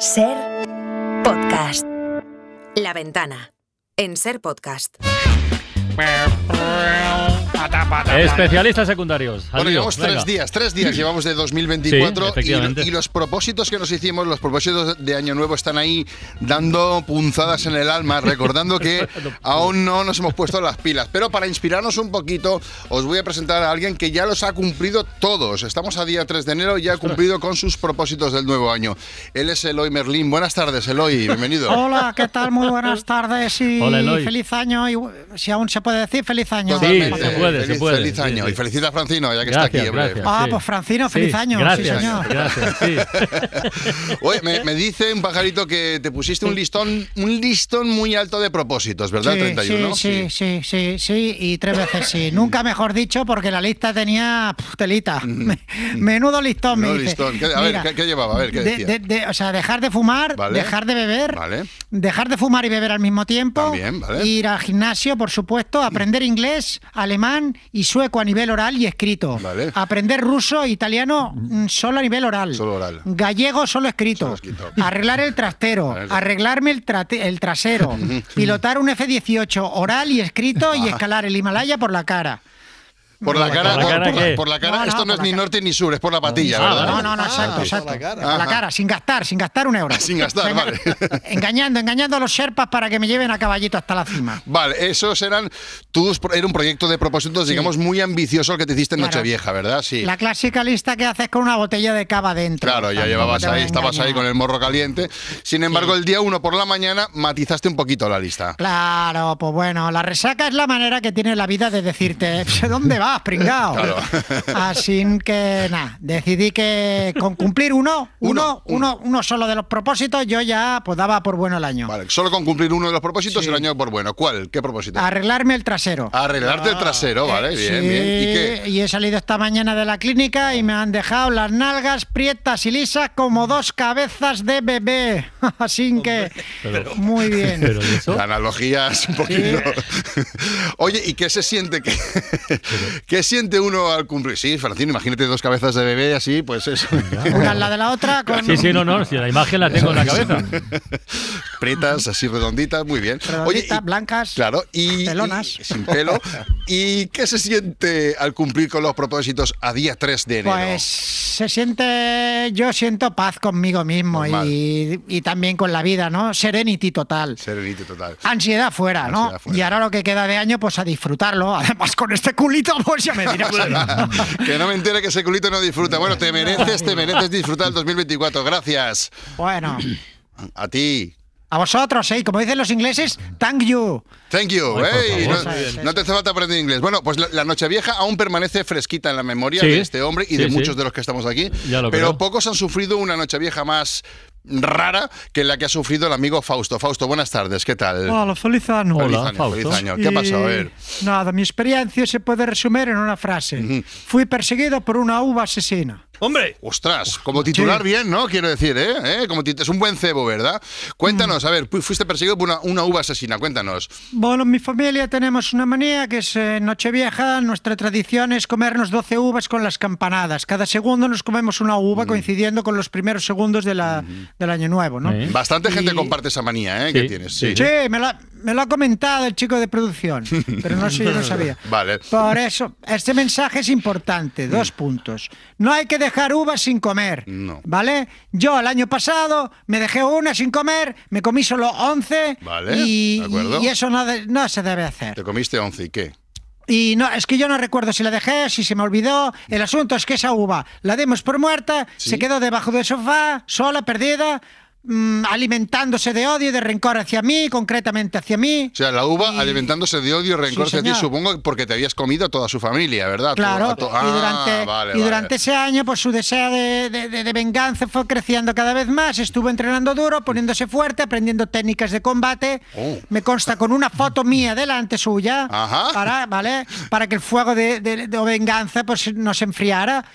Ser Podcast. La Ventana en Ser Podcast. Especialistas secundarios. Bueno, llevamos tres días llevamos de 2024 sí, y los propósitos que nos hicimos, los propósitos de Año Nuevo están ahí dando punzadas en el alma, recordando que aún no nos hemos puesto las pilas. Pero para inspirarnos un poquito, os voy a presentar a alguien que ya los ha cumplido todos. Estamos a día 3 de enero y ya ha cumplido con sus propósitos del nuevo año. Él es Eloy Merlín. Buenas tardes, Eloy, bienvenido. Hola, ¿qué tal? Muy buenas tardes y Hola, Eloy. Feliz año. Y si aún se puede decir, feliz año. Totalmente. Sí, se puede. Feliz año. Sí. Y felicita a Francino, ya que Gracias, está aquí. Hombre. gracias. Ah, Sí. pues Francino, feliz Sí, año. Gracias, sí, señor. gracias. Sí. Oye, me dice un pajarito que te pusiste un listón muy alto de propósitos, ¿verdad? 31. Sí, y 3 veces sí. Nunca mejor dicho, porque la lista tenía telita. Menudo listón, me dice. Listón. A Mira, ver, ¿qué llevaba? A ver, ¿qué decía? o sea, dejar de fumar, Vale. dejar de beber, Vale. dejar de fumar y beber al mismo tiempo, También, vale. ir al gimnasio, por supuesto, aprender inglés, alemán y sueco a nivel oral y escrito, Vale. aprender ruso e italiano solo a nivel oral, Solo oral. gallego solo escrito, Solo escrito. arreglar el trastero, arreglarme el trasero, pilotar un F-18 oral y escrito y escalar el Himalaya por la cara. Por la cara, ¿qué? por la cara, No, esto no por es la ni cara. norte ni sur, es por la patilla, ¿verdad? No, exacto. por la cara. Por la cara, sin gastar un euro. Sin gastar, vale. Engañando a los sherpas para que me lleven a caballito hasta la cima. Vale, esos eran era un proyecto de propósitos, digamos, muy ambicioso el que te hiciste en Claro. Nochevieja, ¿verdad? Sí. La clásica lista que haces con una botella de cava dentro. Claro, ya Tampoco llevabas te voy ahí, a estabas ahí engañar. con el morro caliente. Sin embargo, el día 1 por la mañana matizaste un poquito la lista. Claro, pues bueno, la resaca es la manera que tiene la vida de decirte, ¿dónde vas, pringao? Claro. Así que, nada, decidí que con cumplir uno solo de los propósitos, yo ya pues daba por bueno el año. Vale, solo con cumplir uno de los propósitos Sí. el año por bueno. ¿Cuál? ¿Qué propósito? Arreglarme el trasero. Arreglarte el trasero, vale, bien, Sí, bien. ¿Y qué? y he salido esta mañana de la clínica y me han dejado las nalgas prietas y lisas como 2 cabezas de bebé. Así que, muy bien. Pero ¿y eso? Analogías un poquito. Oye, ¿y qué se siente? ¿Qué siente uno al cumplir? Sí, Francino, imagínate 2 cabezas de bebé así, pues eso. Una al lado de la otra. Con Sí, no, si la imagen la tengo en la cabeza. Prietas, así redonditas, muy bien. redonditas, blancas. Claro, y pelonas. sin pelo. ¿Y qué se siente al cumplir con los propósitos a día 3 de enero? Pues yo siento paz conmigo mismo Normal. y también con la vida, ¿no? Serenity total. Serenito total. Ansiedad fuera, ¿no? Ansiedad fuera. Y ahora lo que queda de año, pues a disfrutarlo. Además, con este culito, pues ya me dirás. Que no me entere que ese culito no disfruta. Bueno, te mereces disfrutar el 2024. Gracias. Bueno, A ti. a vosotros, ¿eh? Como dicen los ingleses, thank you. Thank you. Ay, por Hey, favor. no te hace falta aprender inglés. Bueno, pues la Nochevieja aún permanece fresquita en la memoria Sí. de este hombre y Sí, de sí. muchos de los que estamos aquí. Ya lo Pero creo. pocos han sufrido una Nochevieja más rara que la que ha sufrido el amigo Fausto. Fausto, buenas tardes. ¿Qué tal? Hola, feliz año. Hola, Feliz Fausto. año. ¿Qué ha pasado? A ver. Nada, mi experiencia se puede resumir en una frase. Fui perseguido por una uva asesina. ¡Hombre! Ostras, como titular Sí. bien, ¿no? Quiero decir, ¿eh? Es un buen cebo, ¿verdad? Cuéntanos, a ver, fuiste perseguido por una uva asesina, cuéntanos. Bueno, en mi familia tenemos una manía que es Nochevieja, nuestra tradición es comernos 12 uvas con las campanadas. Cada segundo nos comemos una uva coincidiendo con los primeros segundos del año nuevo, ¿no? Sí. Bastante gente Y- comparte esa manía, ¿eh? Sí, Que tienes. sí. Sí, me lo ha comentado el chico de producción, pero no sé, yo no sabía. Vale. Por eso, este mensaje es importante. 2 puntos. No hay que dejar uvas sin comer, No. ¿vale? Yo el año pasado me dejé una sin comer, me comí solo 11 Vale, y, de acuerdo. y eso no se debe hacer. Te comiste 11 y qué. Y no, es que yo no recuerdo si la dejé, si se me olvidó. El asunto es que esa uva la dimos por muerta, Sí. se quedó debajo del sofá, sola, perdida, alimentándose de odio y de rencor hacia mí, concretamente hacia mí. O sea, la uva Y- alimentándose de odio y rencor Sí, hacia ti, señor. supongo, porque te habías comido a toda su familia, ¿verdad? Claro, Vale, y durante ese año, pues su deseo de venganza fue creciendo cada vez más. Estuvo entrenando duro, poniéndose fuerte, aprendiendo técnicas de combate. Oh. Me consta con una foto mía delante suya, Ajá. para que el fuego de venganza pues no se enfriara.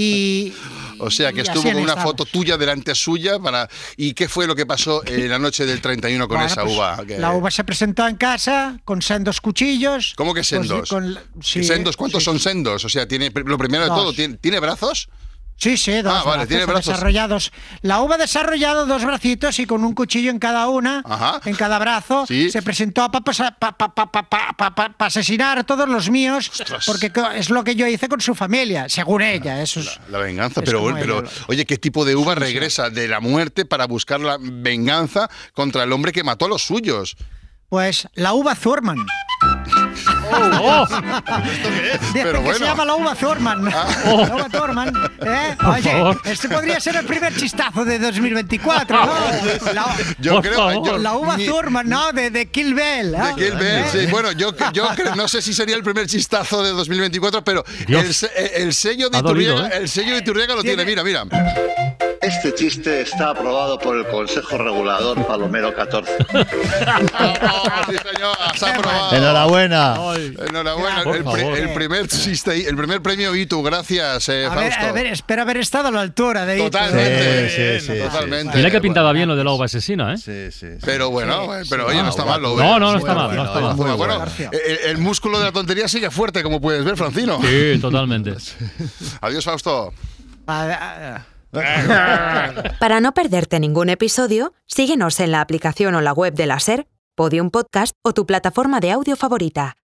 O sea, que y estuvo así con una estamos. foto tuya delante suya para... ¿Y qué fue lo que pasó la noche del 31 con Bueno, esa pues, uva? La uva se presentó en casa con sendos cuchillos. ¿Cómo que sendos? Sí, ¿Sendos? ¿Cuántos sí. son sendos? O sea, lo primero de Dos. todo, ¿tiene brazos? Sí, dos vale, tiene brazos. desarrollados. La uva ha desarrollado 2 bracitos y con un cuchillo en cada una, Ajá. en cada brazo, Sí. se presentó para asesinar a todos los míos, porque es lo que yo hice con su familia, según ella. Eso es, La venganza, es pero como ella. oye, ¿qué tipo de uva regresa de la muerte para buscar la venganza contra el hombre que mató a los suyos? Pues la uva Thurman. ¡Oh! Dicen Pero que bueno. se llama la uva Thurman. La uva Thurman. Por Oye, favor. este podría ser el primer chistazo de 2024, ¿no? Yo Por creo, favor. La uva ni- Thurman, ¿no? De Kill Bill. De Kill Bill, sí. Bueno, yo no sé si sería el primer chistazo de 2024, pero Dios. el sello de Ha dolido, Iturriaga, el sello de Iturriaga lo tiene. Mira. Este chiste está aprobado por el Consejo Regulador Palomero 14. Sí, señor, se ha aprobado. Enhorabuena. Ay. Enhorabuena, Por el favor. primer chiste, el primer premio Itu, gracias, A Fausto. ver, espero haber estado a la altura de Itu. Totalmente, Sí, sí, sí, totalmente. Mira que pintaba bien lo de la Bueno, uva asesina, ¿eh? Sí. Pero bueno, pero oye, no está mal. No está mal, no está mal. Bueno, bueno. el músculo de la tontería sigue fuerte, como puedes ver, Francino. Sí, totalmente. Adiós, Fausto. Para no perderte ningún episodio, síguenos en la aplicación o la web de la SER, Podium Podcast o tu plataforma de audio favorita.